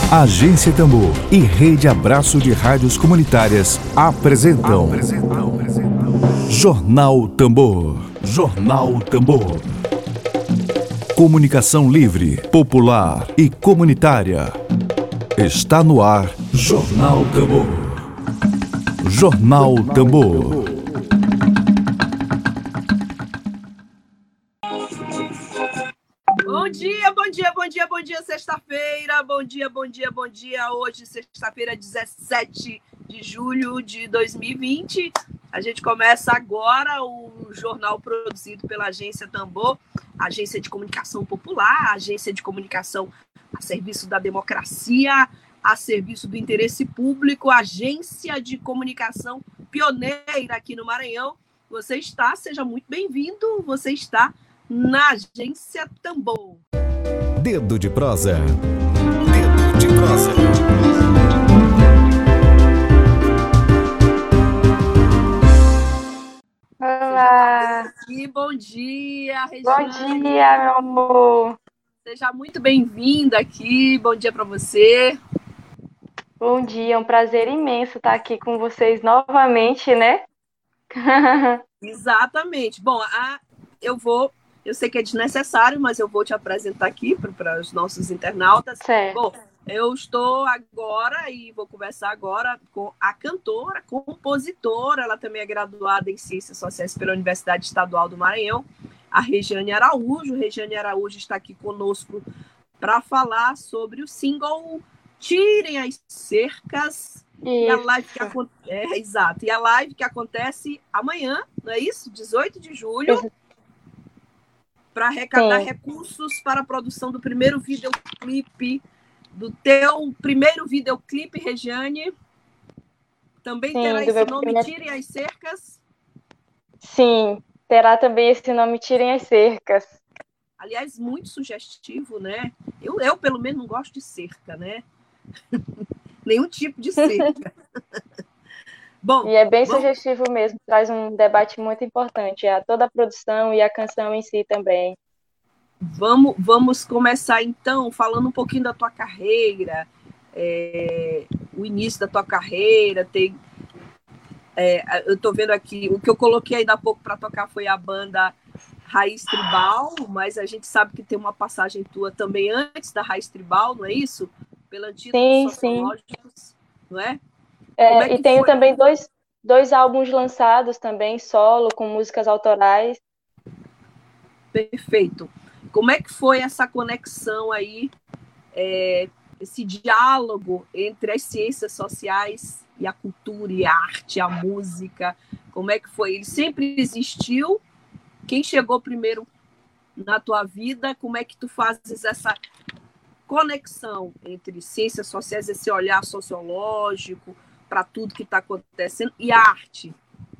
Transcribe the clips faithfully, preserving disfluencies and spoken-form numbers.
Agência Tambor e Rede Abraço de Rádios Comunitárias apresentam, apresentam, apresentam. Jornal Tambor. Jornal Tambor. Comunicação livre, popular e comunitária. Está no ar Jornal Tambor. Jornal Tambor. Bom dia, bom dia, bom dia, bom dia, sexta-feira, bom dia, bom dia, bom dia. Hoje, sexta-feira, dezessete de julho de dois mil e vinte. A gente começa agora o jornal produzido pela Agência Tambor, Agência de Comunicação Popular, Agência de Comunicação a serviço da democracia, a serviço do interesse público, Agência de Comunicação pioneira aqui no Maranhão. Você está, seja muito bem-vindo, você está na Agência Tambor. Dedo de prosa. Dedo de prosa. Olá. E bom dia, Regina. Bom dia, meu amor. Seja muito bem-vinda aqui. Bom dia para você. Bom dia, é um prazer imenso estar aqui com vocês novamente, né? Exatamente. Bom, a, eu vou... Eu sei que é desnecessário, mas eu vou te apresentar aqui para os nossos internautas. Certo. Bom, eu estou agora e vou conversar agora com a cantora, compositora, ela também é graduada em Ciências Sociais pela Universidade Estadual do Maranhão, a Regiane Araújo. Regiane Araújo está aqui conosco para falar sobre o single Tirem as Cercas. E a live que aconte... é, exato. E a live que acontece amanhã, não é isso? dezoito de julho. Exato. Para arrecadar Sim. recursos para a produção do primeiro videoclipe, do teu primeiro videoclipe, Regiane. Também Sim, terá esse nome, primeiro... Tirem as Cercas? Sim, terá também esse nome, Tirem as Cercas. Aliás, muito sugestivo, né? Eu, eu pelo menos, não gosto de cerca, né? Nenhum tipo de cerca. Bom, e é bem bom, sugestivo mesmo, traz um debate muito importante, a toda a produção e a canção em si também. Vamos, vamos começar então falando um pouquinho da tua carreira, é, o início da tua carreira. Tem, é, eu estou vendo aqui, o que eu coloquei ainda há pouco para tocar foi a banda Raiz Tribal, mas a gente sabe que tem uma passagem tua também antes da Raiz Tribal, não é isso? Pela Antídotos Sociológicos, não é? É, é e tenho foi? também dois, dois álbuns lançados também, solo, com músicas autorais. Perfeito. Como é que foi essa conexão aí, é, esse diálogo entre as ciências sociais e a cultura e a arte, a música? Como é que foi? Ele sempre existiu? Quem chegou primeiro na tua vida? Como é que tu fazes essa conexão entre ciências sociais, esse olhar sociológico para tudo que está acontecendo, e a arte?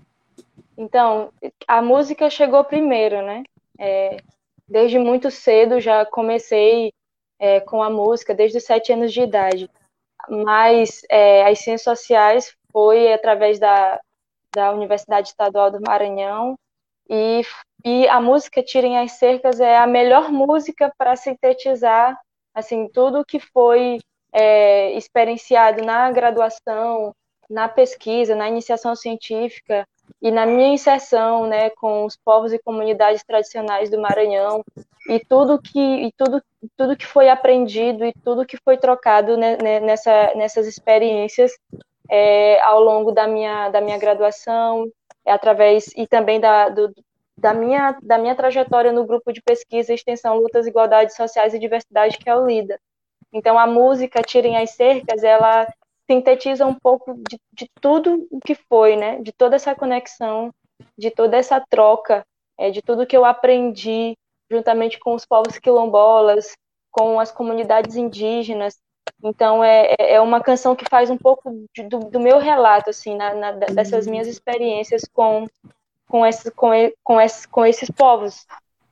Então, a música chegou primeiro, né? É, desde muito cedo já comecei é, com a música, desde os sete anos de idade. Mas é, as ciências sociais foi através da, da Universidade Estadual do Maranhão, e, e a música Tirem as Cercas é a melhor música para sintetizar assim, tudo que foi é, experienciado na graduação, na pesquisa, na iniciação científica e na minha inserção, né, com os povos e comunidades tradicionais do Maranhão, e tudo que, e tudo, tudo que foi aprendido e tudo que foi trocado, né, nessa, nessas experiências é, ao longo da minha, da minha graduação, é, através e também da, do, da, minha, da minha trajetória no grupo de pesquisa, extensão, lutas, igualdades sociais e diversidade, que é o LIDA. Então, a música Tirem as Cercas, ela sintetiza um pouco de, de tudo o que foi, né? De toda essa conexão, de toda essa troca, é, de tudo que eu aprendi juntamente com os povos quilombolas, com as comunidades indígenas. Então, é, é uma canção que faz um pouco de, do, do meu relato, assim, na, na, dessas minhas experiências com, com, esse, com, com, esse, com esses povos.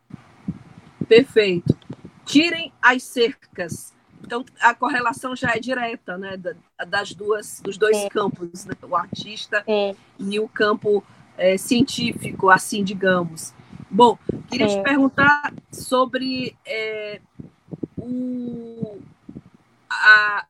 Perfeito. Tirem as cercas. Então, a correlação já é direta, né, das duas, dos dois Sim. campos, né, o artista Sim. e o campo é, científico, assim, digamos. Bom, queria Sim. te perguntar sobre é, o, a,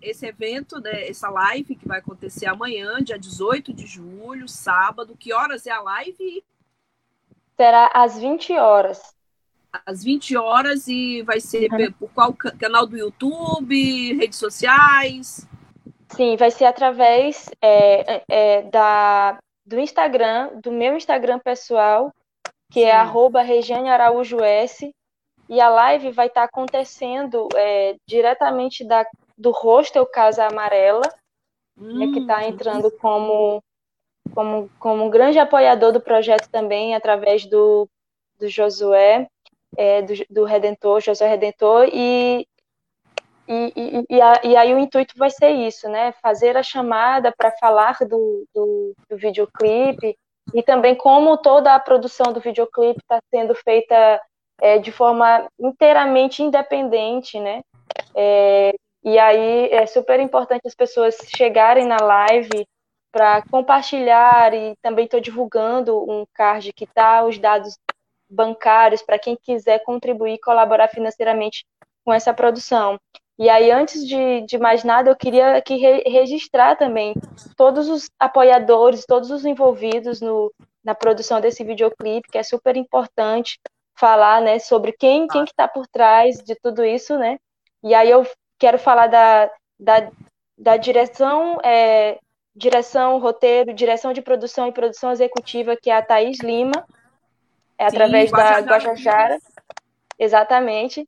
esse evento, né, essa live que vai acontecer amanhã, dia dezoito de julho, sábado. Que horas é a live? Será às vinte horas. Às vinte horas e vai ser uhum. por qual canal do YouTube, redes sociais? Sim, vai ser através é, é, da, do Instagram, do meu Instagram pessoal, que Sim. é arroba Regiane Araújo S, e a live vai estar acontecendo é, diretamente da, do Hostel Casa Amarela, hum. né, que está entrando como, como, como um grande apoiador do projeto também, através do, do Josué, é, do, do Redentor, Josué Redentor, e, e, e, e, a, e aí o intuito vai ser isso, né? Fazer a chamada para falar do, do, do videoclipe, e também como toda a produção do videoclipe está sendo feita é, de forma inteiramente independente, né? É, e aí é super importante as pessoas chegarem na live para compartilhar, e também estou divulgando um card que está os dados bancários para quem quiser contribuir e colaborar financeiramente com essa produção. E aí, antes de, de mais nada, eu queria aqui re registrar também todos os apoiadores, todos os envolvidos no, na produção desse videoclipe, que é super importante falar, né, sobre quem quem que está por trás de tudo isso, né? E aí eu quero falar da, da, da direção, é, direção, roteiro, direção de produção e produção executiva, que é a Thaís Lima, é Sim, através Guajajara. da Guajajara, exatamente.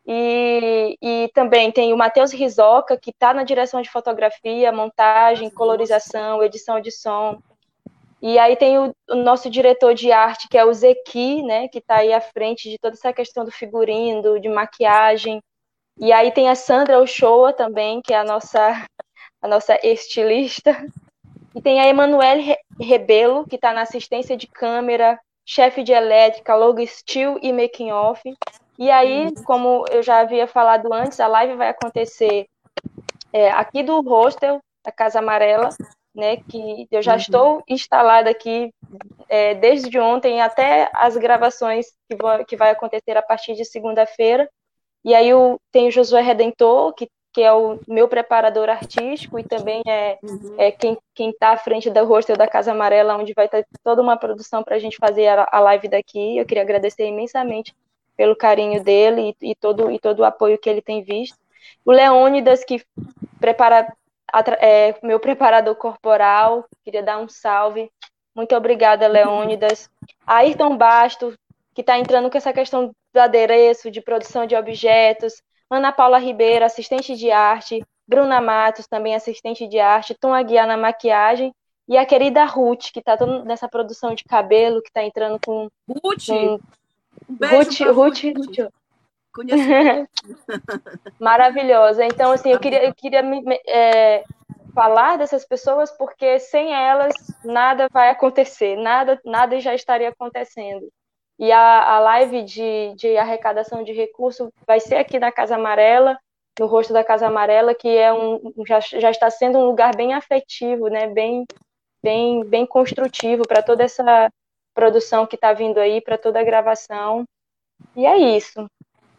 E, e também tem o Matheus Rizoca, que está na direção de fotografia, montagem, colorização, edição de som. E aí tem o, o nosso diretor de arte, que é o Zeki, né, que está aí à frente de toda essa questão do figurino, de maquiagem. E aí tem a Sandra Ochoa também, que é a nossa, a nossa estilista. E tem a Emanuele Rebelo, que está na assistência de câmera, chefe de elétrica, logo still e making off. E aí, como eu já havia falado antes, a live vai acontecer é, aqui do hostel, da Casa Amarela, né, que eu já uhum. estou instalada aqui é, desde ontem até as gravações que, vão, que vai acontecer a partir de segunda-feira. E aí eu tenho o Josué Redentor, que, que é o meu preparador artístico e também é, uhum. é quem está à frente do hostel da Casa Amarela, onde vai ter toda uma produção para a gente fazer a, a live daqui. Eu queria agradecer imensamente pelo carinho dele e, e, todo, e todo o apoio que ele tem visto. O Leônidas, que prepara, é meu preparador corporal, queria dar um salve. Muito obrigada, Leônidas. Ayrton Basto, que está entrando com essa questão do adereço, de produção de objetos. Ana Paula Ribeiro, assistente de arte. Bruna Matos, também assistente de arte. Tom Aguiar na maquiagem. E a querida Ruth, que está nessa produção de cabelo, que está entrando com... Ruth! Com, Um beijo Ruth, Ruth, Ruth. Ruth. Conheço. Maravilhosa. Então, assim, eu queria, eu queria é, falar dessas pessoas, porque sem elas nada vai acontecer, nada, nada já estaria acontecendo. E a, a live de, de arrecadação de recursos vai ser aqui na Casa Amarela, no rosto da Casa Amarela, que é um, já, já está sendo um lugar bem afetivo, né? bem, bem, bem construtivo para toda essa produção que está vindo aí, para toda a gravação. E é isso.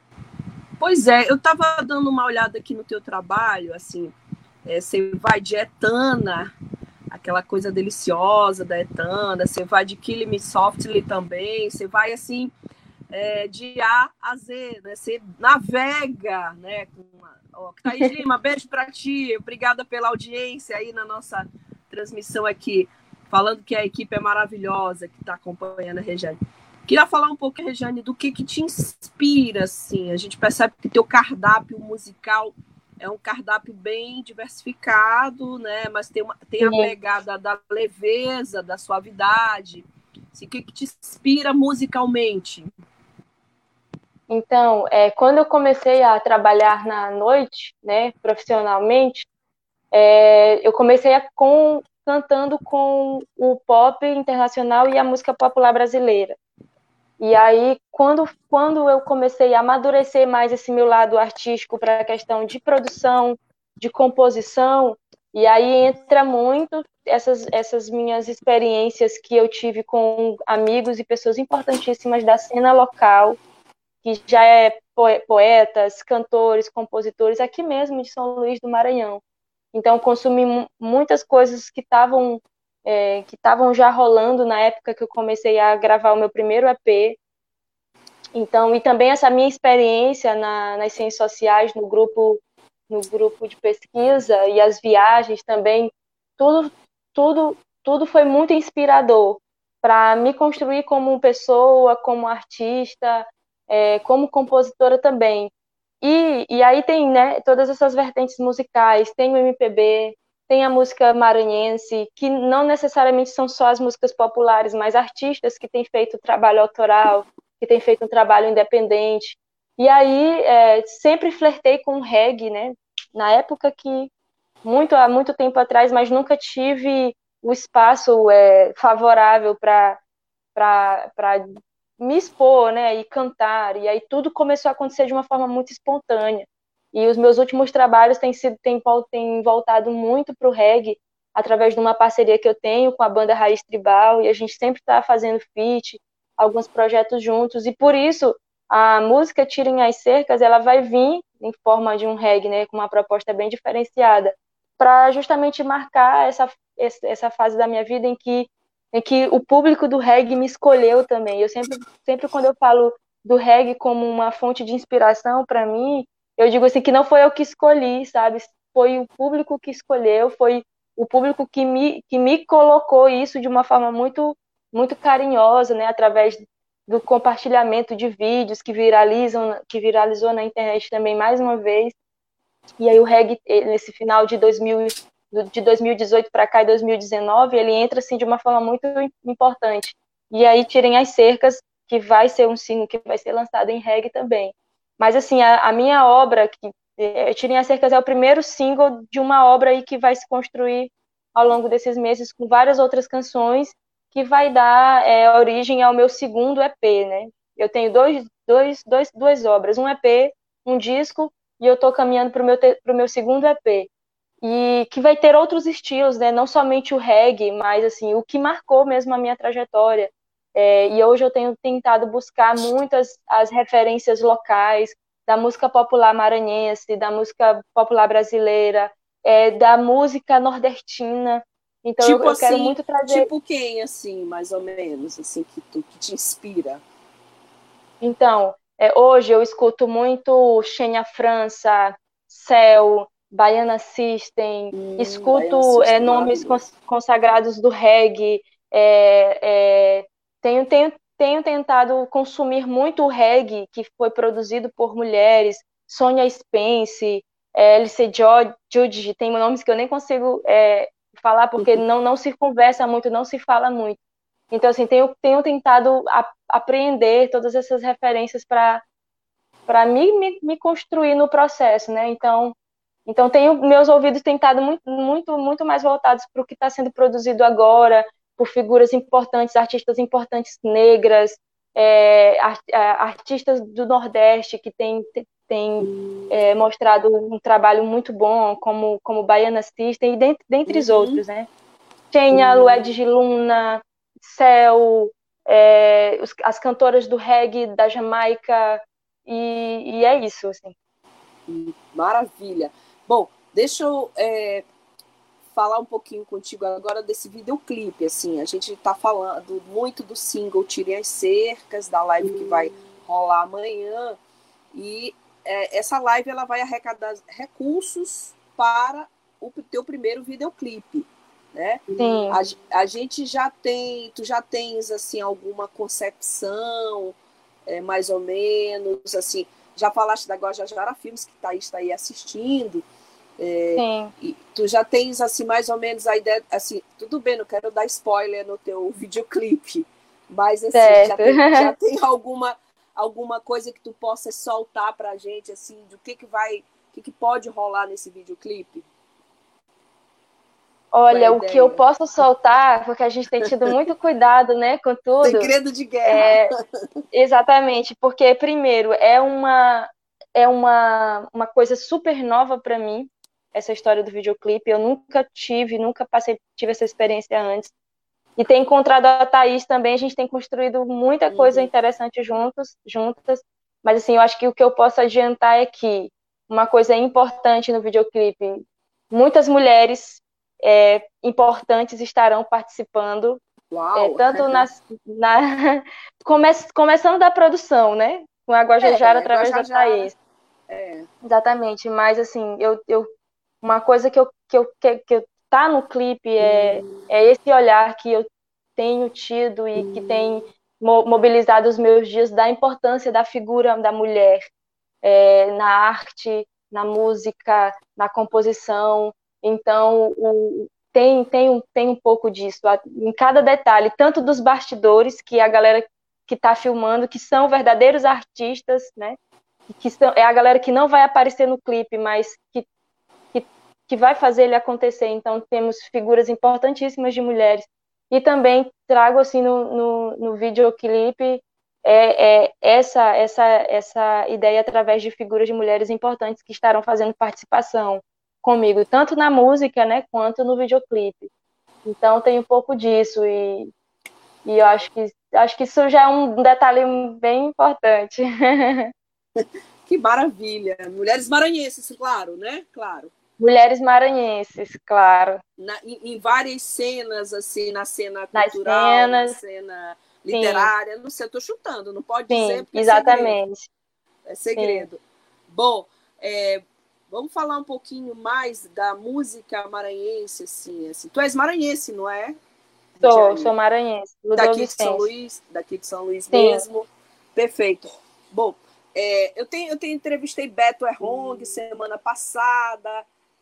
Pois é, eu estava dando uma olhada aqui no teu trabalho, assim, é, você vai de Etana, aquela coisa deliciosa da Etana, você vai de Kill Me Softly também, você vai, assim, é, de A a Z, né? Você navega, né? Com uma... Ó, Thaís Lima, beijo para ti, obrigada pela audiência aí na nossa transmissão aqui, falando que a equipe é maravilhosa, que está acompanhando a Regiane. Queria falar um pouco, Regiane, do que, que te inspira, assim. A gente percebe que teu cardápio musical é um cardápio bem diversificado, né? Mas tem, uma, tem a pegada da leveza, da suavidade. Assim, o que, que te inspira musicalmente? Então, é, quando eu comecei a trabalhar na noite, né, profissionalmente, é, eu comecei a com, cantando com o pop internacional e a música popular brasileira. E aí, quando, quando eu comecei a amadurecer mais esse meu lado artístico para a questão de produção, de composição, e aí entra muito essas, essas minhas experiências que eu tive com amigos e pessoas importantíssimas da cena local, que já é poetas, cantores, compositores, aqui mesmo de São Luís do Maranhão. Então, consumi mu- muitas coisas que estavam é, que estavam já rolando na época que eu comecei a gravar o meu primeiro E P. Então, e também essa minha experiência na, nas ciências sociais, no grupo, no grupo de pesquisa e as viagens também, tudo, tudo, tudo foi muito inspirador para me construir como pessoa, como artista, é, como compositora também. E, e aí tem, né, todas essas vertentes musicais, tem o M P B, tem a música maranhense, que não necessariamente são só as músicas populares, mas artistas que têm feito trabalho autoral, que têm feito um trabalho independente. E aí é, sempre flertei com o reggae, né? Na época que, muito, há muito tempo atrás, mas nunca tive o espaço é, favorável para para me expor, né, e cantar, e aí tudo começou a acontecer de uma forma muito espontânea. E os meus últimos trabalhos têm sido têm, têm voltado muito para o reggae, através de uma parceria que eu tenho com a banda Raiz Tribal, e a gente sempre está fazendo feat, alguns projetos juntos, e por isso a música Tirem as Cercas, ela vai vir em forma de um reggae, né, com uma proposta bem diferenciada, para justamente marcar essa, essa fase da minha vida em que é que o público do reggae me escolheu também. Eu sempre, sempre quando eu falo do reggae como uma fonte de inspiração para mim, eu digo assim que não foi eu que escolhi, sabe? Foi o público que escolheu, foi o público que me, que me colocou isso de uma forma muito, muito carinhosa, né? Através do compartilhamento de vídeos que viralizam, que viralizou na internet também mais uma vez. E aí o reggae, nesse final de dois mil, de dois mil e dezoito para cá e dois mil e dezenove, ele entra assim de uma forma muito importante. E aí Tirem as Cercas, que vai ser um single que vai ser lançado em reggae também. Mas assim, a, a minha obra, que é, Tirem as Cercas é o primeiro single de uma obra aí que vai se construir ao longo desses meses com várias outras canções que vai dar é, origem ao meu segundo E P, né? Eu tenho dois, dois, dois, duas obras, um E P, um disco, e eu estou caminhando para o meu, pro meu segundo E P. E que vai ter outros estilos, né? Não somente o reggae, mas assim, o que marcou mesmo a minha trajetória. É, e hoje eu tenho tentado buscar muitas as referências locais da música popular maranhense, da música popular brasileira, é, da música nordestina. Então eu, Tipo eu quero assim, muito trazer. tipo quem, assim, mais ou menos, assim, que, tu, que te inspira? Então, é, hoje eu escuto muito Xenia França, Céu, Baiana System, Hum, Baiana escuto é, System, nomes maravilhoso. cons- consagrados do reggae, é, é, tenho, tenho, tenho tentado consumir muito o reggae que foi produzido por mulheres, Sonia Spence, é, L C Jo- Judge, tem nomes que eu nem consigo é, falar porque não, não se conversa muito, não se fala muito. Então, assim, tenho, tenho tentado a, apreender todas essas referências para para me, me, me construir no processo, né? Então, então tenho meus ouvidos tentado muito, muito, muito mais voltados para o que está sendo produzido agora, por figuras importantes, artistas importantes negras, é, art, artistas do Nordeste que têm tem, é, mostrado um trabalho muito bom, como, como Baiana System, e dentre, dentre os Uhum. outros, né? Tinha Hum, Lued de Luna, Céu, é, os- as cantoras do reggae da Jamaica, e, e é isso, assim. maravilha. Bom, deixa eu é, falar um pouquinho contigo agora desse videoclipe, assim, a gente está falando muito do single Tirem as Cercas, da live que vai rolar amanhã, e é, essa live ela vai arrecadar recursos para o teu primeiro videoclipe, né? Sim. A, a gente já tem, tu já tens, assim, alguma concepção, é, mais ou menos, assim, já falaste da Guajajara Filmes, que Thaís está aí assistindo, é, Sim, e tu já tens, assim, mais ou menos a ideia, assim, tudo bem, não quero dar spoiler no teu videoclipe, mas, assim, já certo. tem, já tem alguma, alguma coisa que tu possa soltar pra gente, assim, do que que vai, o que que pode rolar nesse videoclipe? Qual é a Olha, o que eu ideia? posso soltar, porque a gente tem tido muito cuidado, né, com tudo, Segredo de guerra. é exatamente, porque primeiro é uma é uma, uma coisa super nova para mim, essa história do videoclipe. Eu nunca tive, nunca passei, tive essa experiência antes. E ter encontrado a Thaís também, a gente tem construído muita coisa Uhum. interessante juntos, juntas. Mas assim, eu acho que o que eu posso adiantar é que uma coisa importante no videoclipe, muitas mulheres é, importantes estarão participando, é, tanto nas, na, come, começando da produção, né? Com a Guajajara é, através da Thaís. É. Exatamente, mas assim, eu, eu, uma coisa que eu, que eu, que, que tá no clipe é, hum. é esse olhar que eu tenho tido e hum. que tem mo mobilizado os meus dias da importância da figura da mulher é, na arte, na música, na composição. Então, o, tem, tem, um, tem um pouco disso, em cada detalhe, tanto dos bastidores, que a galera que está filmando, que são verdadeiros artistas, né? Que são, é a galera que não vai aparecer no clipe, mas que, que, que vai fazer ele acontecer. Então, temos figuras importantíssimas de mulheres. E também trago, assim, no, no, no videoclipe, é, é essa, essa, essa ideia através de figuras de mulheres importantes que estarão fazendo participação comigo, tanto na música, né, quanto no videoclipe. Então, tem um pouco disso, e, e eu acho que, acho que isso já é um detalhe bem importante. Que maravilha! Mulheres maranhenses, claro, né? Claro. Mulheres maranhenses, claro. Na, em, em várias cenas, assim, na cena cultural, Nas cenas, na cena literária, sim. Não sei, eu tô chutando, não pode sim, dizer porque exatamente. é segredo. É segredo. Sim. Bom, é, vamos falar um pouquinho mais da música maranhense, assim, assim. Tu és maranhense, não é? Sou, sou maranhense. Daqui de São Luís, daqui de São Luís sim. Mesmo. Perfeito. Bom, é, eu, tenho, eu tenho entrevistei Beto Errong semana passada.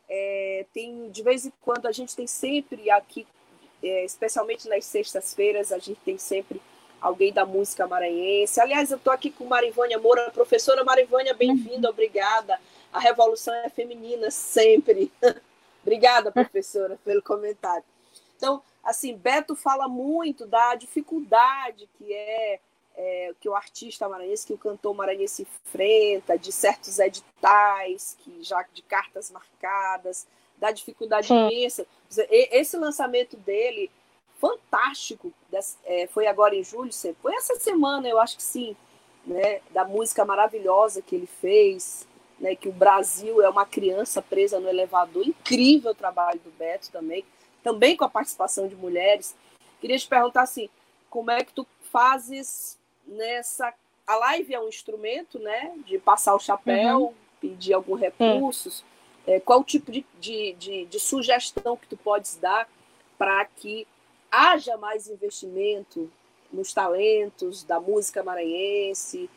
É, tem, de vez em quando, a gente tem sempre aqui, é, especialmente nas sextas-feiras, a gente tem sempre alguém da música maranhense. Aliás, eu estou aqui com Marivânia Moura. Professora Marivânia, bem-vinda, obrigada. A revolução é feminina sempre. Obrigada, professora, pelo comentário. Então, assim, Beto fala muito da dificuldade que é, é que o artista maranhense, que o cantor maranhense enfrenta, de certos editais, que já de cartas marcadas, da dificuldade Sim. imensa. Esse lançamento dele, fantástico, é, foi agora em julho, foi essa semana, eu acho que sim, né, da música maravilhosa que ele fez, né, que o Brasil é uma criança presa no elevador. Incrível o trabalho do Beto também. Também com a participação de mulheres. Queria te perguntar assim, como é que tu fazes nessa... A live é um instrumento, né, de passar o chapéu, uhum. pedir alguns recursos. É, qual o tipo de, de, de, de sugestão que tu podes dar para que haja mais investimento nos talentos da música maranhense?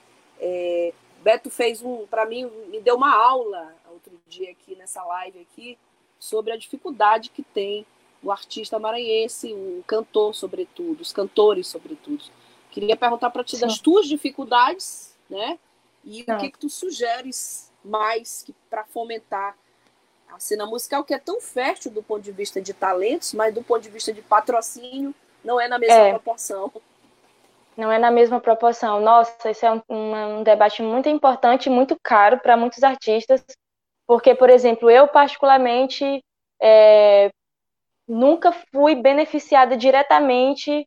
É, Beto fez um... Para mim, me deu uma aula outro dia aqui nessa live aqui sobre a dificuldade que tem o artista maranhense, o cantor, sobretudo, os cantores, sobretudo. Queria perguntar para ti Sim. das tuas dificuldades, né? E Não. o que, que tu sugeres mais para fomentar a cena musical, que é tão fértil do ponto de vista de talentos, mas do ponto de vista de patrocínio, não é na mesma é. proporção. Não é na mesma proporção. Nossa, esse é um, um debate muito importante e muito caro para muitos artistas, porque, por exemplo, eu particularmente... É, nunca fui beneficiada diretamente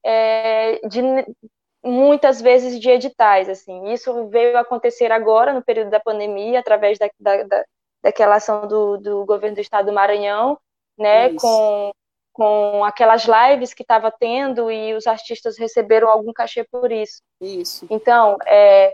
é, de muitas vezes de editais, assim. Isso veio acontecer agora, no período da pandemia, através da, da, da, daquela ação do, do governo do estado do Maranhão, né, com, com aquelas lives que estava tendo e os artistas receberam algum cachê por isso. Isso. Então, é,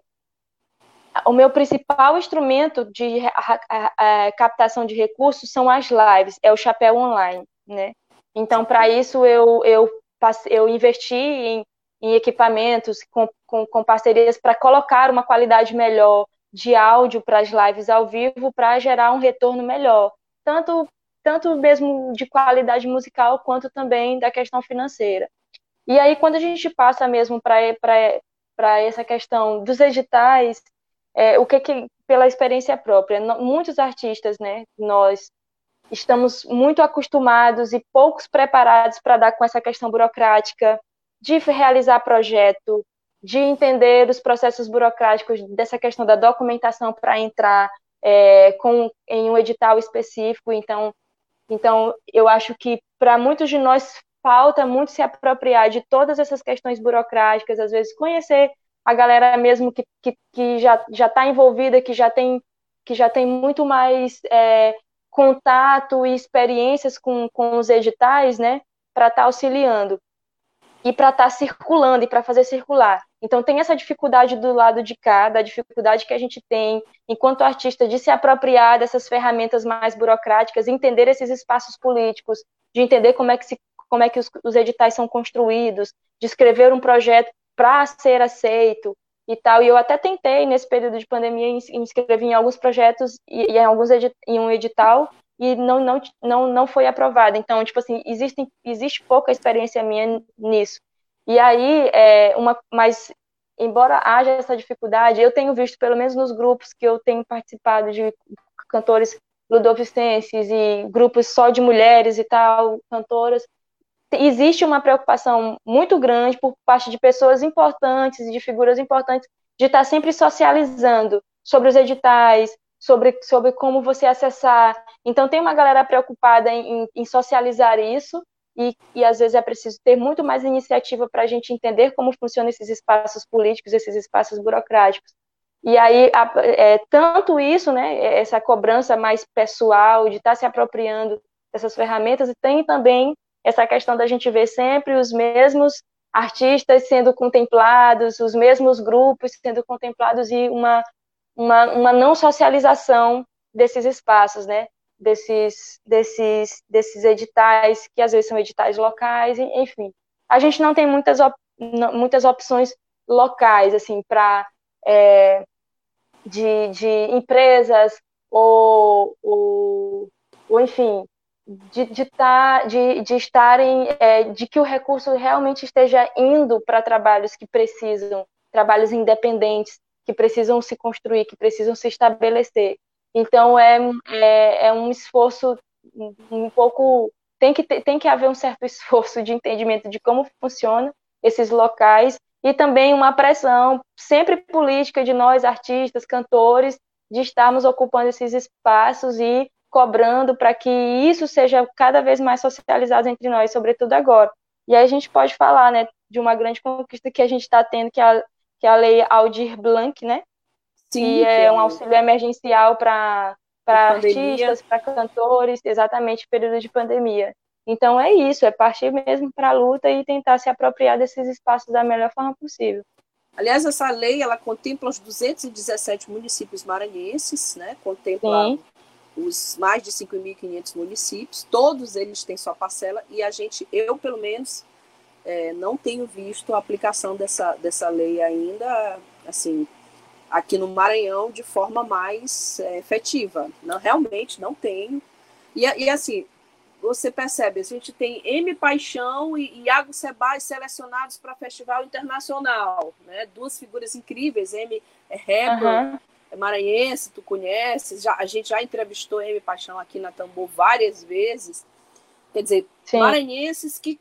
o meu principal instrumento de a, a, a captação de recursos são as lives, é o chapéu online, né? Então, para isso, eu, eu, eu investi em, em equipamentos com, com, com parcerias para colocar uma qualidade melhor de áudio para as lives ao vivo, para gerar um retorno melhor, tanto, tanto mesmo de qualidade musical, quanto também da questão financeira. E aí, quando a gente passa mesmo para essa questão dos editais, é, o que, que pela experiência própria, muitos artistas, né, nós estamos muito acostumados e poucos preparados para dar com essa questão burocrática, de realizar projeto, de entender os processos burocráticos dessa questão da documentação para entrar é, com, em um edital específico. Então, então eu acho que para muitos de nós falta muito se apropriar de todas essas questões burocráticas, às vezes conhecer a galera mesmo que, que, que já já está envolvida, que já tem que já tem muito mais é, contato e experiências com, com os editais, né, para estar auxiliando e para estar circulando e para fazer circular. Então tem essa dificuldade do lado de cá, da dificuldade que a gente tem enquanto artista de se apropriar dessas ferramentas mais burocráticas, entender esses espaços políticos, de entender como é que, se, como é que os, os editais são construídos, de escrever um projeto para ser aceito e tal. E eu até tentei, nesse período de pandemia, me inscrever em alguns projetos e, e em, alguns edit, em um edital e não, não, não, não foi aprovado. Então, tipo assim, existe, existe pouca experiência minha nisso. E aí, é, uma, mas, embora haja essa dificuldade, eu tenho visto, pelo menos nos grupos que eu tenho participado, de cantores ludovicenses e grupos só de mulheres e tal, cantoras, existe uma preocupação muito grande por parte de pessoas importantes e de figuras importantes de estar sempre socializando sobre os editais, sobre, sobre como você acessar. Então, tem uma galera preocupada em, em socializar isso, e, e às vezes é preciso ter muito mais iniciativa para a gente entender como funcionam esses espaços políticos, esses espaços burocráticos. E aí, a, é, tanto isso, né, essa cobrança mais pessoal, de estar se apropriando dessas ferramentas, e tem também essa questão da gente ver sempre os mesmos artistas sendo contemplados, os mesmos grupos sendo contemplados, e uma, uma, uma não socialização desses espaços, né? desses, desses, desses editais, que às vezes são editais locais, enfim. A gente não tem muitas, op muitas opções locais, assim, para é, de, de empresas ou, ou, ou enfim, de, de, tá, de, de estarem, é, de que o recurso realmente esteja indo para trabalhos que precisam, trabalhos independentes, que precisam se construir, que precisam se estabelecer. Então, é, é, é um esforço um pouco... Tem que, ter, tem que haver um certo esforço de entendimento de como funciona esses locais, e também uma pressão sempre política de nós, artistas, cantores, de estarmos ocupando esses espaços e cobrando para que isso seja cada vez mais socializado entre nós, sobretudo agora. E aí a gente pode falar, né, de uma grande conquista que a gente está tendo, que é a, que é a Lei Aldir Blanc, né? Sim, que é, que é um auxílio emergencial para artistas, para cantores, exatamente no período de pandemia. Então é isso, é partir mesmo para a luta e tentar se apropriar desses espaços da melhor forma possível. Aliás, essa lei, ela contempla os duzentos e dezessete municípios maranhenses, né? Contempla Sim. os mais de cinco mil e quinhentos municípios, todos eles têm sua parcela, e a gente, eu pelo menos, é, não tenho visto a aplicação dessa, dessa lei ainda, assim, aqui no Maranhão, de forma mais é, efetiva. Não, realmente não tenho. E, e assim, você percebe, a gente tem M. Paixão e Iago Sebais selecionados para festival internacional, né? Duas figuras incríveis. M é rapper, uhum. é maranhense, tu conheces, já, a gente já entrevistou M. Paixão aqui na Tambor várias vezes. Quer dizer, Sim. maranhenses que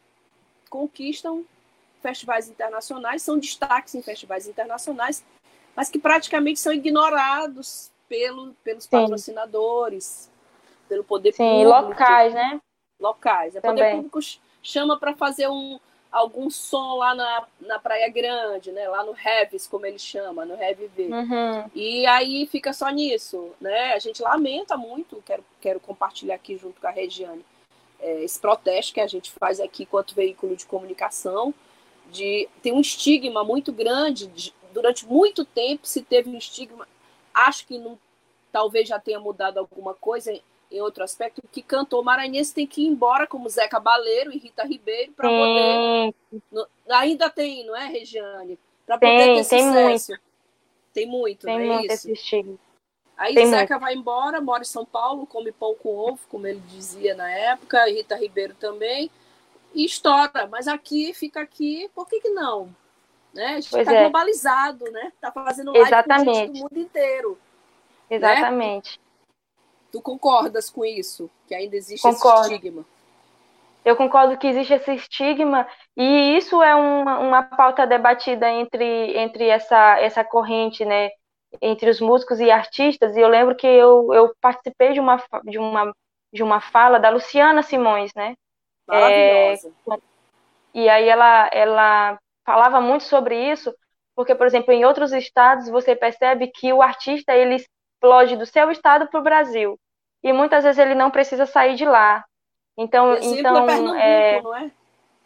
conquistam festivais internacionais, são destaques em festivais internacionais, mas que praticamente são ignorados pelo, pelos Sim. patrocinadores, pelo poder Sim, público. locais, né? Locais. O poder público chama para fazer um, algum som lá na, na Praia Grande, né? Lá no Reves, como ele chama, no Rev V. Uhum. E aí fica só nisso, né? A gente lamenta muito, quero, quero compartilhar aqui junto com a Regiane, é, esse protesto que a gente faz aqui enquanto veículo de comunicação, de tem um estigma muito grande, de, durante muito tempo se teve um estigma, acho que não, talvez já tenha mudado alguma coisa em, em outro aspecto, que cantor maranhense tem que ir embora, como Zé Cabaleiro e Rita Ribeiro, para poder... No, ainda tem, não é, Regiane? Para poder tem, ter tem sucesso. Muito. Tem muito, tem não é muito isso? Esse estigma. Aí tem Zeca muito. vai embora, mora em São Paulo, come pão com ovo, como ele dizia na época, e Rita Ribeiro também, e estoura. Mas aqui, fica aqui, por que que não? Né? A gente está é. globalizado, né? Está fazendo live Exatamente. com gente do mundo inteiro. Exatamente. Né? Tu, tu concordas com isso? Que ainda existe Concordo. esse estigma? Eu concordo que existe esse estigma, e isso é uma, uma pauta debatida entre, entre essa, essa corrente, né? Entre os músicos e artistas. E eu lembro que eu, eu participei de uma, de, uma, de uma fala da Luciana Simões, né? Maravilhosa. É, e aí ela, ela falava muito sobre isso, porque, por exemplo, em outros estados você percebe que o artista ele explode do seu estado para o Brasil. e muitas vezes ele não precisa sair de lá. Então, Exemplo então é Pernambuco, é, não é?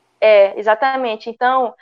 é, exatamente. Então,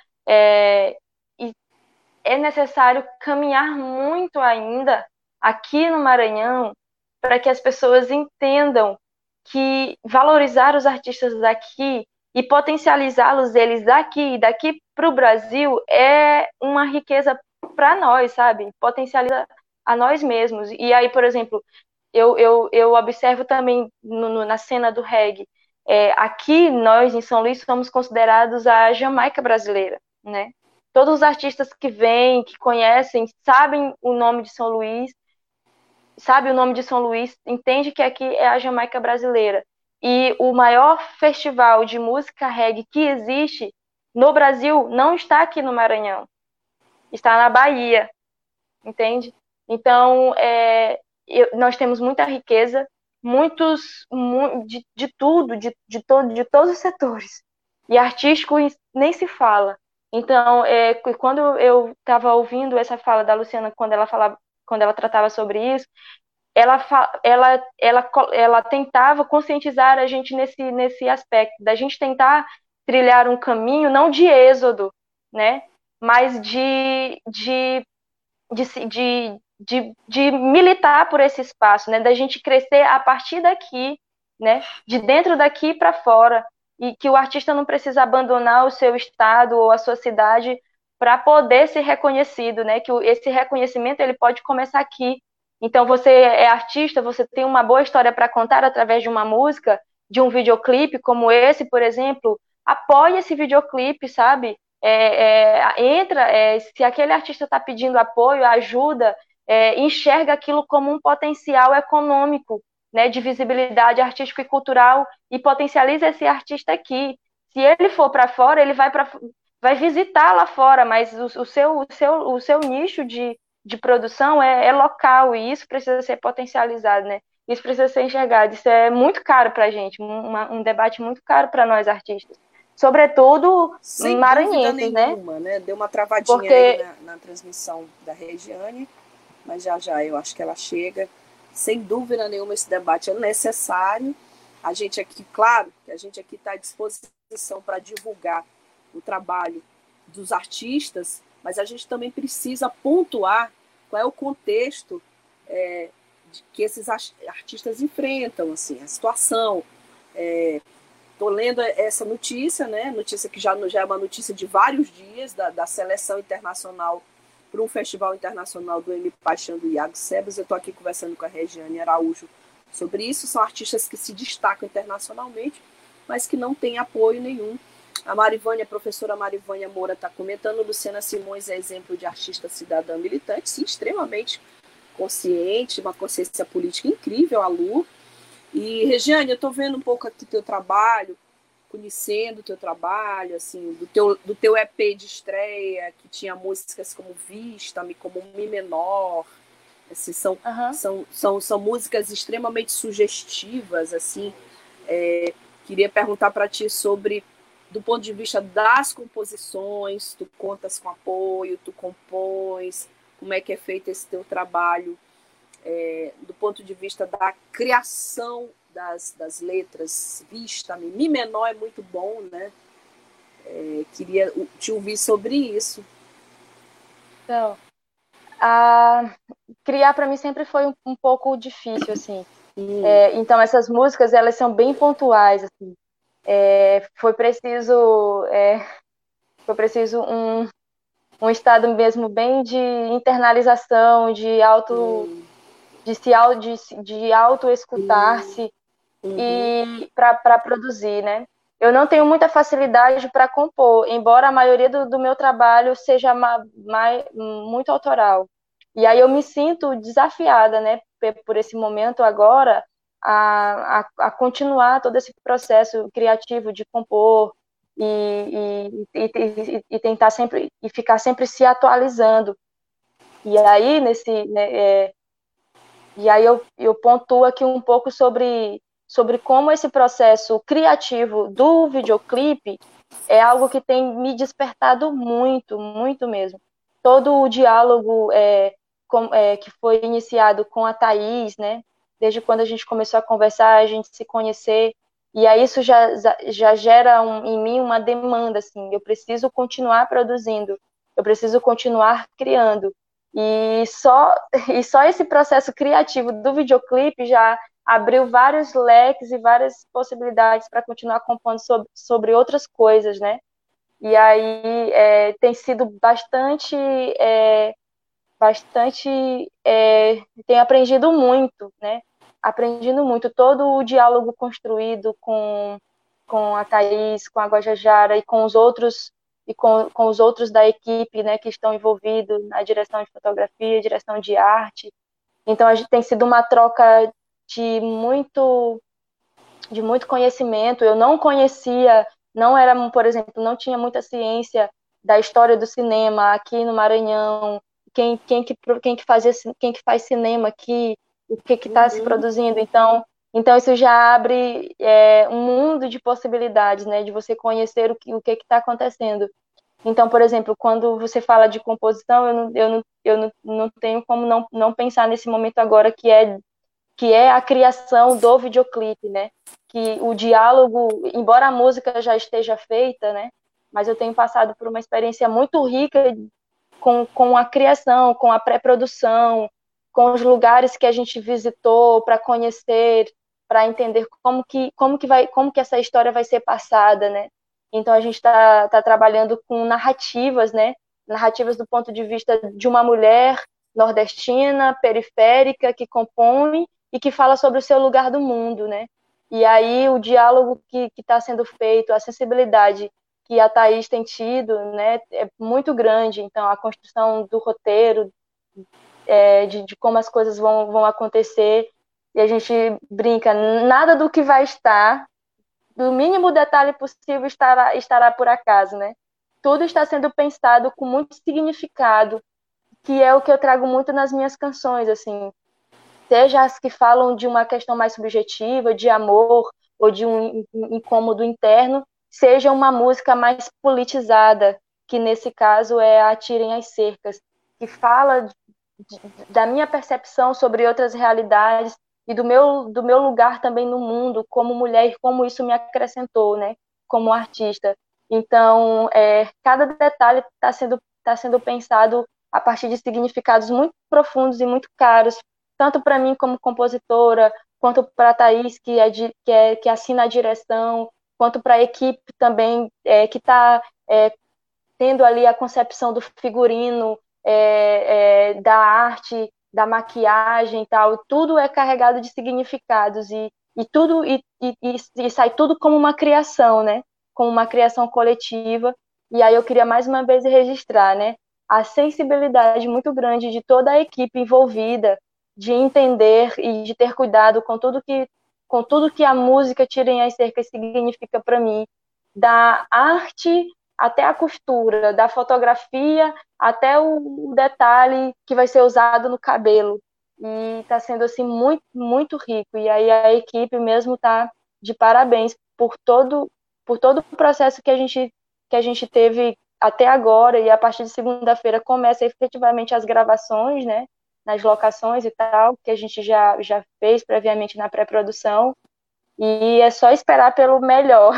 é, e é necessário caminhar muito ainda aqui no Maranhão para que as pessoas entendam que valorizar os artistas daqui e potencializá-los eles daqui e daqui para o Brasil é uma riqueza para nós, sabe? Potencializa a nós mesmos. E aí, por exemplo, eu, eu, eu observo também no, no, na cena do reggae, é, aqui nós em São Luís somos considerados a Jamaica brasileira, né? Todos os artistas que vêm, que conhecem, sabem o nome de São Luís, sabe o nome de São Luís, entende que aqui é a Jamaica brasileira. E o maior festival de música reggae que existe no Brasil não está aqui no Maranhão, está na Bahia, entende? Então, é, eu, nós temos muita riqueza, muitos, mu, de, de tudo, de, de, todo, de todos os setores. E artístico nem se fala. Então, é, quando eu estava ouvindo essa fala da Luciana, quando ela falava, quando ela tratava sobre isso, ela, ela, ela, ela tentava conscientizar a gente nesse, nesse aspecto, da gente tentar trilhar um caminho, não de êxodo, né, mas de, de, de, de, de, de militar por esse espaço, né, da gente crescer a partir daqui, né, de dentro daqui para fora, e que o artista não precisa abandonar o seu estado ou a sua cidade para poder ser reconhecido, né, que esse reconhecimento ele pode começar aqui. Então, você é artista, você tem uma boa história para contar através de uma música, de um videoclipe como esse, por exemplo, apoie esse videoclipe, sabe? É, é, entra, é, se aquele artista está pedindo apoio, ajuda, é, enxerga aquilo como um potencial econômico, né, de visibilidade artística e cultural, e potencializa esse artista aqui. Se ele for para fora, ele vai, pra, vai visitar lá fora, mas o, o, seu, o, seu, o seu nicho de de produção é, é local, e isso precisa ser potencializado, né? Isso precisa ser enxergado. Isso é muito caro para a gente, um, um debate muito caro para nós artistas. Sobretudo Sem maranhenses, dúvida nenhuma, né? né? Deu uma travadinha Porque... aí na, na transmissão da Regiane, mas já já eu acho que ela chega. Sem dúvida nenhuma, esse debate é necessário. A gente aqui, claro, que a gente aqui está à disposição para divulgar o trabalho dos artistas, mas a gente também precisa pontuar qual é o contexto é, de que esses artistas enfrentam, assim, a situação. Estou é, lendo essa notícia, né, notícia que já, já é uma notícia de vários dias, da, da seleção internacional para um festival internacional do M Paixão do Iago Sebas. Eu estou aqui conversando com a Regiane Araújo sobre isso. São artistas que se destacam internacionalmente, mas que não têm apoio nenhum. A Marivânia, a professora Marivânia Moura está comentando, Luciana Simões é exemplo de artista cidadã militante, sim, extremamente consciente, uma consciência política incrível, a Lu. E, Regiane, eu estou vendo um pouco aqui o teu trabalho, conhecendo o teu trabalho, assim, do teu, do teu E P de estreia, que tinha músicas como Vista-me, como Mi Menor, assim, são, uhum. são, são, são músicas extremamente sugestivas, assim. É, queria perguntar para ti sobre... do ponto de vista das composições, tu contas com apoio, tu compões, como é que é feito esse teu trabalho, é, do ponto de vista da criação das, das letras, Vista-me, Mi menor é muito bom, né? É, queria te ouvir sobre isso. Então, a... criar para mim sempre foi um, um pouco difícil, assim. Hum. É, então, essas músicas, elas são bem pontuais, assim. É, foi preciso é, foi preciso um, um estado mesmo bem de internalização, de auto uhum. de se de, de auto escutar-se uhum. e para produzir, né? Eu não tenho muita facilidade para compor, embora a maioria do, do meu trabalho seja ma, ma, muito autoral. E aí eu me sinto desafiada, né, por esse momento agora, A, a, a continuar todo esse processo criativo de compor e, e, e, e tentar sempre e ficar sempre se atualizando. E aí nesse né, é, e aí eu, eu pontuo aqui um pouco sobre sobre como esse processo criativo do videoclipe é algo que tem me despertado muito, muito mesmo. Todo o diálogo é, com, é, que foi iniciado com a Thaís, né? desde quando a gente começou a conversar, a gente se conhecer, e aí isso já, já gera um, em mim uma demanda, assim, eu preciso continuar produzindo, eu preciso continuar criando, e só, e só esse processo criativo do videoclipe já abriu vários leques e várias possibilidades para continuar compondo sobre, sobre outras coisas, né? E aí é, tem sido bastante, é, bastante, é, tem aprendido muito, né? Aprendido muito todo o diálogo construído com, com a Thaís, com a Guajajara e com os outros e com, com os outros da equipe, né, que estão envolvidos na direção de fotografia, direção de arte. Então a gente tem sido uma troca de muito de muito conhecimento. Eu não conhecia, não era, por exemplo, não tinha muita ciência da história do cinema aqui no Maranhão, quem, quem, que, quem, que, fazia, quem que faz cinema aqui, o que está uhum. se produzindo. Então, então isso já abre é, um mundo de possibilidades, né, de você conhecer o que o que está acontecendo. Então, por exemplo, quando você fala de composição, eu não, eu não, eu não, não tenho como não, não pensar nesse momento agora que é que é a criação do videoclipe, né? Que o diálogo, embora a música já esteja feita, né? Mas eu tenho passado por uma experiência muito rica com, com a criação, com a pré-produção, com os lugares que a gente visitou para conhecer, para entender como que, como que vai, como que essa história vai ser passada, né? Então a gente está tá trabalhando com narrativas, né? Narrativas do ponto de vista de uma mulher nordestina, periférica, que compõe e que fala sobre o seu lugar do mundo, né? E aí o diálogo que está sendo feito, a sensibilidade que a Thaís tem tido, né, é muito grande. Então, a construção do roteiro, é, de, de como as coisas vão, vão acontecer, e a gente brinca, nada do que vai estar, do mínimo detalhe possível, estará, estará por acaso, né? Tudo está sendo pensado com muito significado, que é o que eu trago muito nas minhas canções, assim, seja as que falam de uma questão mais subjetiva, de amor, ou de um incômodo interno, seja uma música mais politizada, que nesse caso é Atirem as Cercas, que fala de, de, da minha percepção sobre outras realidades e do meu, do meu lugar também no mundo como mulher e como isso me acrescentou, né, como artista. Então, é, cada detalhe está sendo, tá sendo pensado a partir de significados muito profundos e muito caros, tanto para mim como compositora, quanto para a Thaís, que, é de, que, é, que assina a direção, quanto para a equipe também, é, que está é, tendo ali a concepção do figurino, é, é, da arte, da maquiagem e tal. Tudo é carregado de significados e, e, tudo, e, e, e sai tudo como uma criação, né? Como uma criação coletiva. E aí eu queria mais uma vez registrar, né, a sensibilidade muito grande de toda a equipe envolvida, de entender e de ter cuidado com tudo que, com tudo que a música Tirem as Cercas significa para mim, da arte até a costura, da fotografia até o detalhe que vai ser usado no cabelo. E está sendo assim muito, muito rico. E aí a equipe mesmo está de parabéns por todo, por todo o processo que a gente, que a gente teve até agora. E a partir de segunda-feira começa efetivamente as gravações, né? Nas locações e tal, que a gente já, já fez previamente na pré-produção, e é só esperar pelo melhor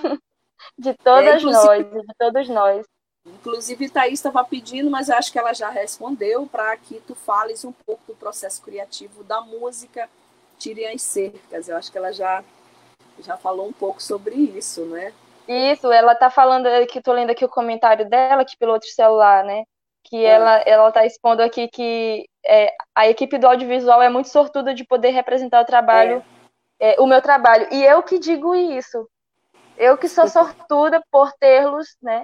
de todas é, nós, de todos nós. Inclusive, Thaís estava pedindo, mas eu acho que ela já respondeu, para que tu fales um pouco do processo criativo da música Tirem as Cercas. Eu acho que ela já, já falou um pouco sobre isso, né? Isso, ela tá falando, que estou lendo aqui o comentário dela, que pelo outro celular, né? Que é. ela, ela tá expondo aqui que é, a equipe do audiovisual é muito sortuda de poder representar o trabalho, é. É, o meu trabalho. E eu que digo isso. Eu que sou sortuda por tê-los, né?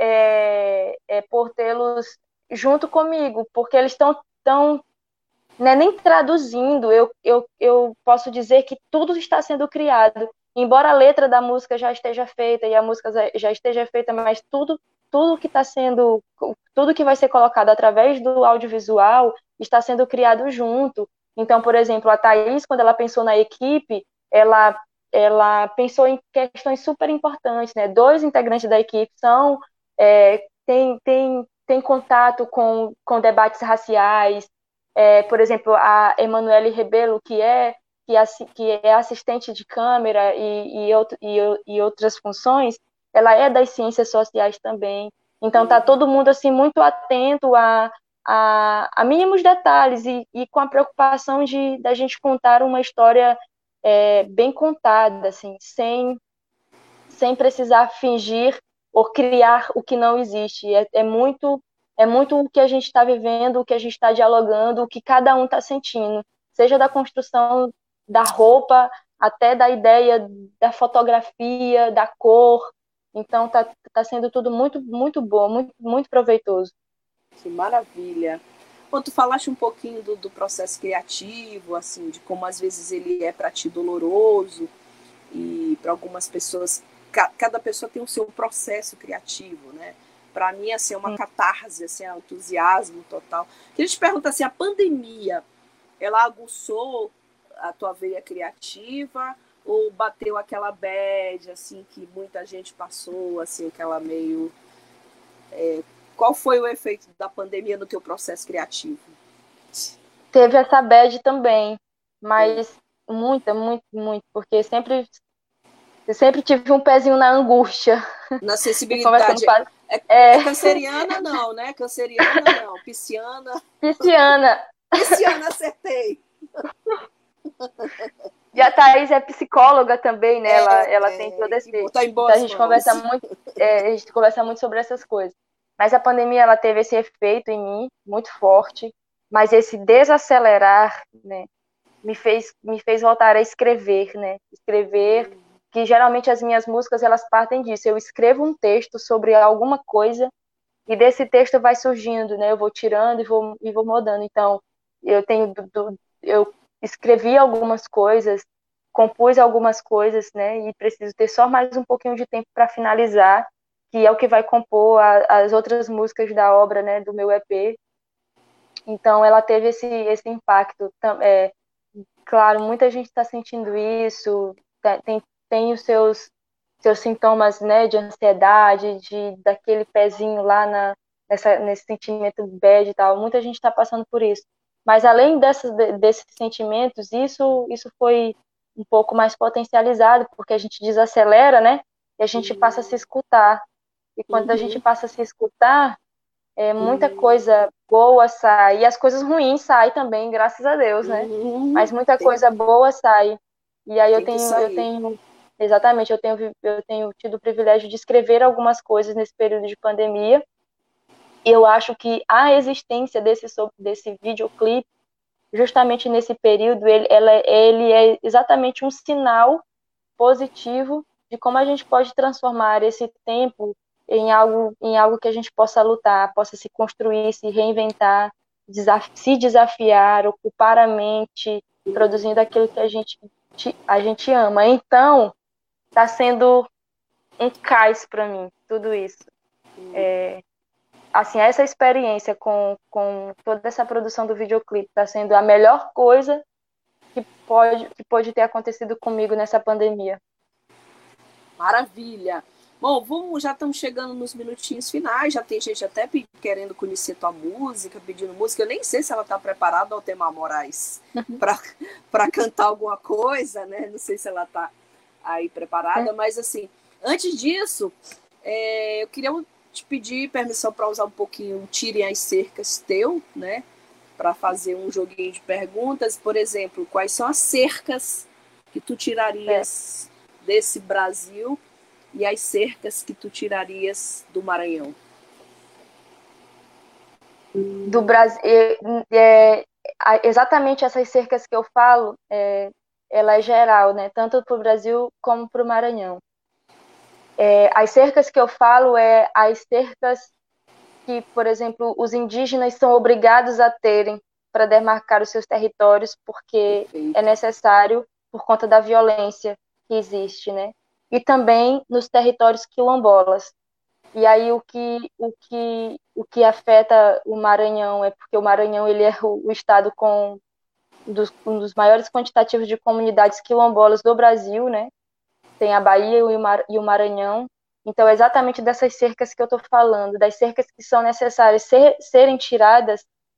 É, é, por tê-los junto comigo, porque eles estão tão, né, nem traduzindo. Eu, eu, eu posso dizer que tudo está sendo criado. Embora a letra da música já esteja feita e a música já esteja feita, mas tudo tudo que está sendo, tudo que vai ser colocado através do audiovisual está sendo criado junto. Então, por exemplo, a Thaís, quando ela pensou na equipe, ela, ela pensou em questões super importantes, né? Dois integrantes da equipe são, é, tem, tem, tem contato com, com debates raciais, é, por exemplo, a Emanuele Rebelo, que é, que, que é assistente de câmera e, e, outro, e, e outras funções, ela é das ciências sociais também. Então, está todo mundo assim, muito atento a, a, a mínimos detalhes e, e com a preocupação de da gente contar uma história é, bem contada, assim, sem, sem precisar fingir ou criar o que não existe. É, é muito é muito o que a gente está vivendo, o que a gente está dialogando, o que cada um está sentindo, seja da construção da roupa até da ideia da fotografia, da cor. Então está tá sendo tudo muito muito bom, muito muito proveitoso. Que maravilha. Bom, tu falaste um pouquinho do, do processo criativo, assim, de como às vezes ele é para ti doloroso e para algumas pessoas, ca, cada pessoa tem o seu processo criativo, né? Para mim, assim, é uma catarse, assim, é um entusiasmo total. Queria te perguntar, assim, a pandemia, ela aguçou a tua veia criativa ou bateu aquela bad, assim, que muita gente passou, assim, aquela meio... É, qual foi o efeito da pandemia no teu processo criativo? Teve essa bad também, mas é. muita, muito, muito, porque sempre, eu sempre tive um pezinho na angústia. Na sensibilidade. Com... É, é... é canceriana, não, né? Canceriana, não. Pisciana. Pisciana. Pisciana, acertei. E a Thaís é psicóloga também, né? É, ela ela é, tem todo esse... Tá em boas então, a gente mãos. conversa muito, é, a gente conversa muito sobre essas coisas. Mas a pandemia, ela teve esse efeito em mim, muito forte, mas esse desacelerar, né, me fez, me fez voltar a escrever, né? Escrever, que geralmente as minhas músicas, elas partem disso. Eu escrevo um texto sobre alguma coisa e desse texto vai surgindo, né? Eu vou tirando e vou, e vou mudando. Então, eu tenho... eu escrevi algumas coisas, compus algumas coisas, né? E preciso ter só mais um pouquinho de tempo para finalizar, que é o que vai compor a, as outras músicas da obra, né? Do meu E P. Então, ela teve esse, esse impacto. É, claro, muita gente está sentindo isso, tem, tem os seus, seus sintomas, né? De ansiedade, de, daquele pezinho lá na, nessa, nesse sentimento bad e tal. Muita gente está passando por isso. Mas além dessas, desses sentimentos, isso, isso foi um pouco mais potencializado, porque a gente desacelera, né? E a gente uhum. passa a se escutar. E quando uhum. a gente passa a se escutar, é, muita uhum. coisa boa sai. E as coisas ruins saem também, graças a Deus, né? Uhum. Mas muita Tem... coisa boa sai. E aí eu tenho, eu tenho... Exatamente, eu tenho, eu tenho tido o privilégio de escrever algumas coisas nesse período de pandemia. Eu acho que a existência desse, desse videoclipe, justamente nesse período, ele, ela, ele é exatamente um sinal positivo de como a gente pode transformar esse tempo em algo, em algo que a gente possa lutar, possa se construir, se reinventar, desaf- se desafiar, ocupar a mente, produzindo aquilo que a gente, a gente ama. Então, está sendo um cais para mim, tudo isso. É, assim, essa experiência com, com toda essa produção do videoclipe está sendo a melhor coisa que pode, que pode ter acontecido comigo nessa pandemia. Maravilha! Bom, vamos, já estamos chegando nos minutinhos finais, já tem gente até querendo conhecer tua música, pedindo música. Eu nem sei se ela está preparada, ao Altemar Moraes, para cantar alguma coisa, né? Não sei se ela está aí preparada, mas assim, antes disso, é, eu queria te pedir permissão para usar um pouquinho Tirem as Cercas teu, né? Para fazer um joguinho de perguntas. Por exemplo, quais são as cercas que tu tirarias é. desse Brasil e as cercas que tu tirarias do Maranhão? Do Brasil, é, é, exatamente essas cercas que eu falo, é, ela é geral, né? Tanto para o Brasil como para o Maranhão. É, as cercas que eu falo é as cercas que, por exemplo, os indígenas são obrigados a terem para demarcar os seus territórios, porque Perfeito. É necessário por conta da violência que existe, né? E também nos territórios quilombolas. E aí o que o que o que afeta o Maranhão é porque o Maranhão ele é o, o estado com um dos, um dos maiores quantitativos de comunidades quilombolas do Brasil, né? Tem a Bahia e o Maranhão. Então, é exatamente dessas cercas que eu estou falando, das cercas que são necessárias ser, serem tiradas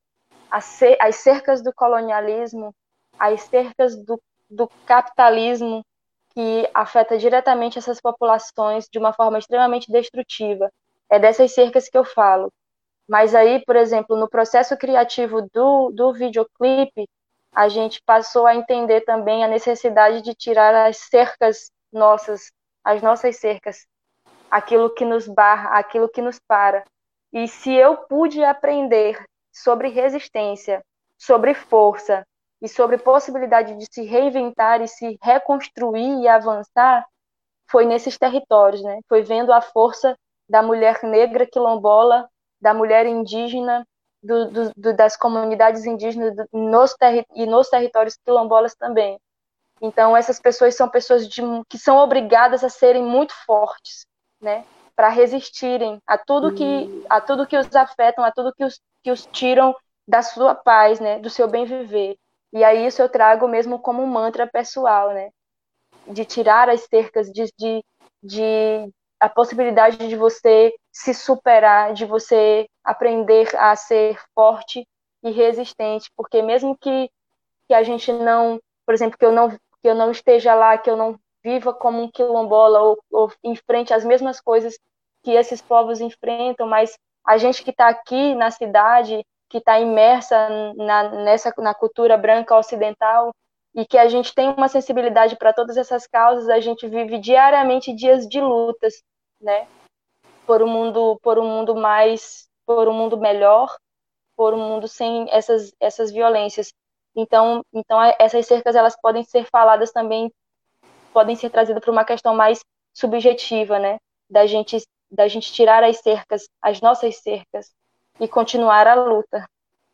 as cercas do colonialismo, as cercas do, do capitalismo, que afeta diretamente essas populações de uma forma extremamente destrutiva. É dessas cercas que eu falo. Mas aí, por exemplo, no processo criativo do, do videoclipe, a gente passou a entender também a necessidade de tirar as cercas nossas, as nossas cercas, aquilo que nos barra, aquilo que nos para. E se eu pude aprender sobre resistência, sobre força e sobre possibilidade de se reinventar e se reconstruir e avançar, foi nesses territórios, né? Foi vendo a força da mulher negra quilombola, da mulher indígena, do, do, do, das comunidades indígenas do, nos terri e nos territórios quilombolas também. Então, essas pessoas são pessoas de, que são obrigadas a serem muito fortes, né? Para resistirem a tudo que a tudo que os afetam, a tudo que os, que os tiram da sua paz, né? Do seu bem viver. E aí isso eu trago mesmo como um mantra pessoal, né? De tirar as cercas, de, de, de a possibilidade de você se superar, de você aprender a ser forte e resistente, porque mesmo que, que a gente não, por exemplo, que eu não, que eu não esteja lá, que eu não viva como um quilombola ou, ou enfrente as mesmas coisas que esses povos enfrentam, mas a gente que está aqui na cidade, que está imersa na, nessa, na cultura branca ocidental, e que a gente tem uma sensibilidade para todas essas causas, a gente vive diariamente dias de lutas, né? Por um mundo, por um mundo mais, por um mundo melhor, por um mundo sem essas essas violências. Então, então essas cercas elas podem ser faladas também, podem ser trazidas para uma questão mais subjetiva, né? Da gente da gente tirar as cercas, as nossas cercas e continuar a luta.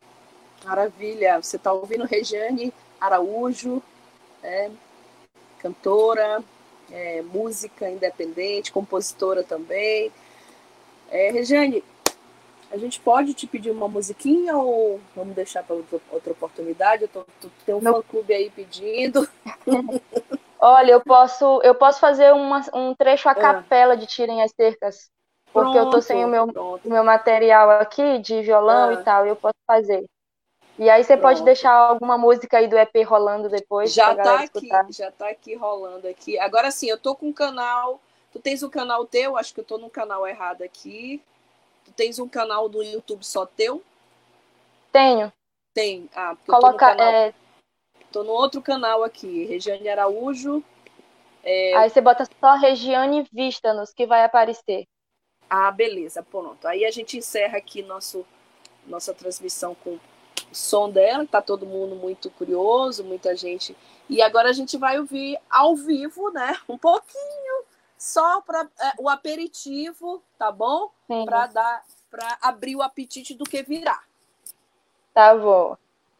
Maravilha. Você está ouvindo Regiane Araújo, é, cantora, é, música independente, compositora também. É, Regiane, a gente pode te pedir uma musiquinha ou vamos deixar para outra, outra oportunidade? Eu tô, tô, tem um fã-clube aí pedindo. Olha, eu posso, eu posso fazer uma, um trecho a capela de Tirem as Cercas, porque pronto, eu tô sem o meu, o meu material aqui de violão ah. e tal, e eu posso fazer. E aí você pronto. Pode deixar alguma música aí do E P rolando depois já pra tá galera aqui, escutar. Já tá aqui rolando aqui. Agora sim, eu tô com um canal. Tu tens um canal teu? Acho que eu tô no canal errado aqui. Tu tens um canal do YouTube só teu? Tenho. Tem. Ah, porque Coloca, eu tô no canal. É... Tô no outro canal aqui, Regiane Araújo. É... Aí você bota só Regiane Vista-nos que vai aparecer. Ah, beleza, pronto. Aí a gente encerra aqui nosso, nossa transmissão com o som dela, tá todo mundo muito curioso, muita gente. E agora a gente vai ouvir ao vivo, né? Um pouquinho, só para é, o aperitivo, tá bom? Para dar, para abrir o apetite do que virá. Tá bom.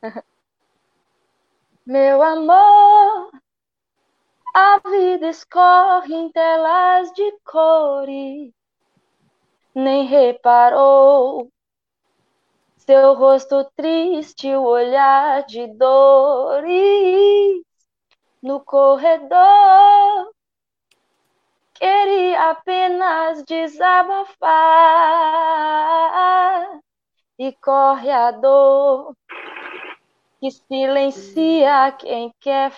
Meu amor, a vida escorre em telas de cores, nem reparou seu rosto triste, o olhar de dores no corredor. Queria apenas desabafar e corre a dor que silencia quem quer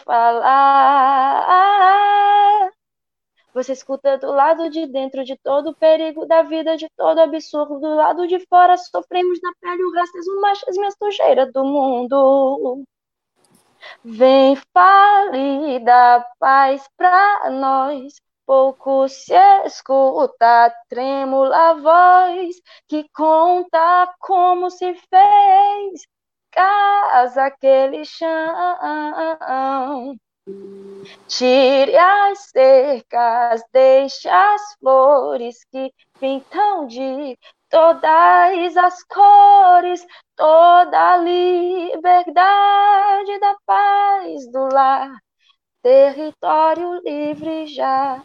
falar. Você escuta do lado de dentro de todo o perigo da vida, de todo absurdo. Do lado de fora sofremos na pele o racismo, machismo e a sujeira do mundo. Vem, fale da paz pra nós. Pouco se escuta a trêmula voz que conta como se fez casa aquele chão. Tire as cercas, deixe as flores que pintam de todas as cores, toda a liberdade da paz do lar, território livre já.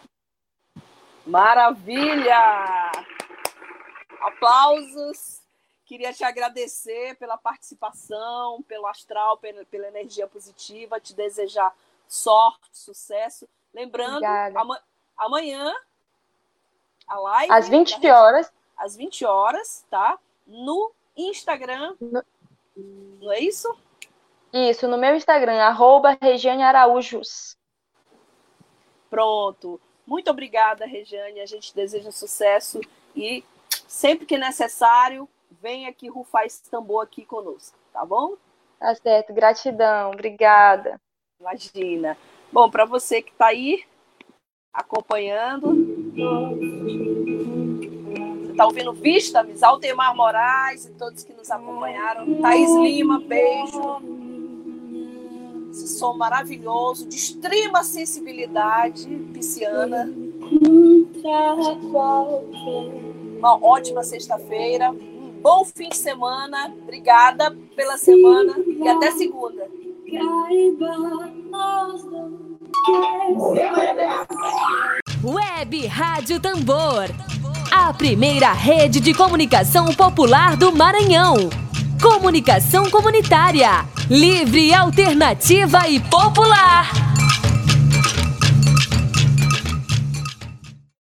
Maravilha! Aplausos! Queria te agradecer pela participação, pelo astral, pela, pela energia positiva, te desejar sorte, sucesso. Lembrando, ama, amanhã, a live... Às vinte horas. Às vinte horas, tá? No Instagram, no, Não é isso? Isso, no meu Instagram, arroba Regiane Araújos. Pronto. Muito obrigada, Regiane. A gente deseja sucesso e sempre que necessário, vem aqui rufar esse tambor aqui conosco, tá bom? Tá certo, gratidão, obrigada. Imagina. Bom, para você que está aí acompanhando, você está ouvindo Vista-me, Altemar Moraes e todos que nos acompanharam. Thaís Lima, beijo. Esse som maravilhoso, de extrema sensibilidade pisciana. Uma ótima sexta-feira. Um bom fim de semana. Obrigada pela semana e até segunda. Web Rádio Tambor, a primeira rede de comunicação popular do Maranhão. Comunicação comunitária, livre, alternativa e popular.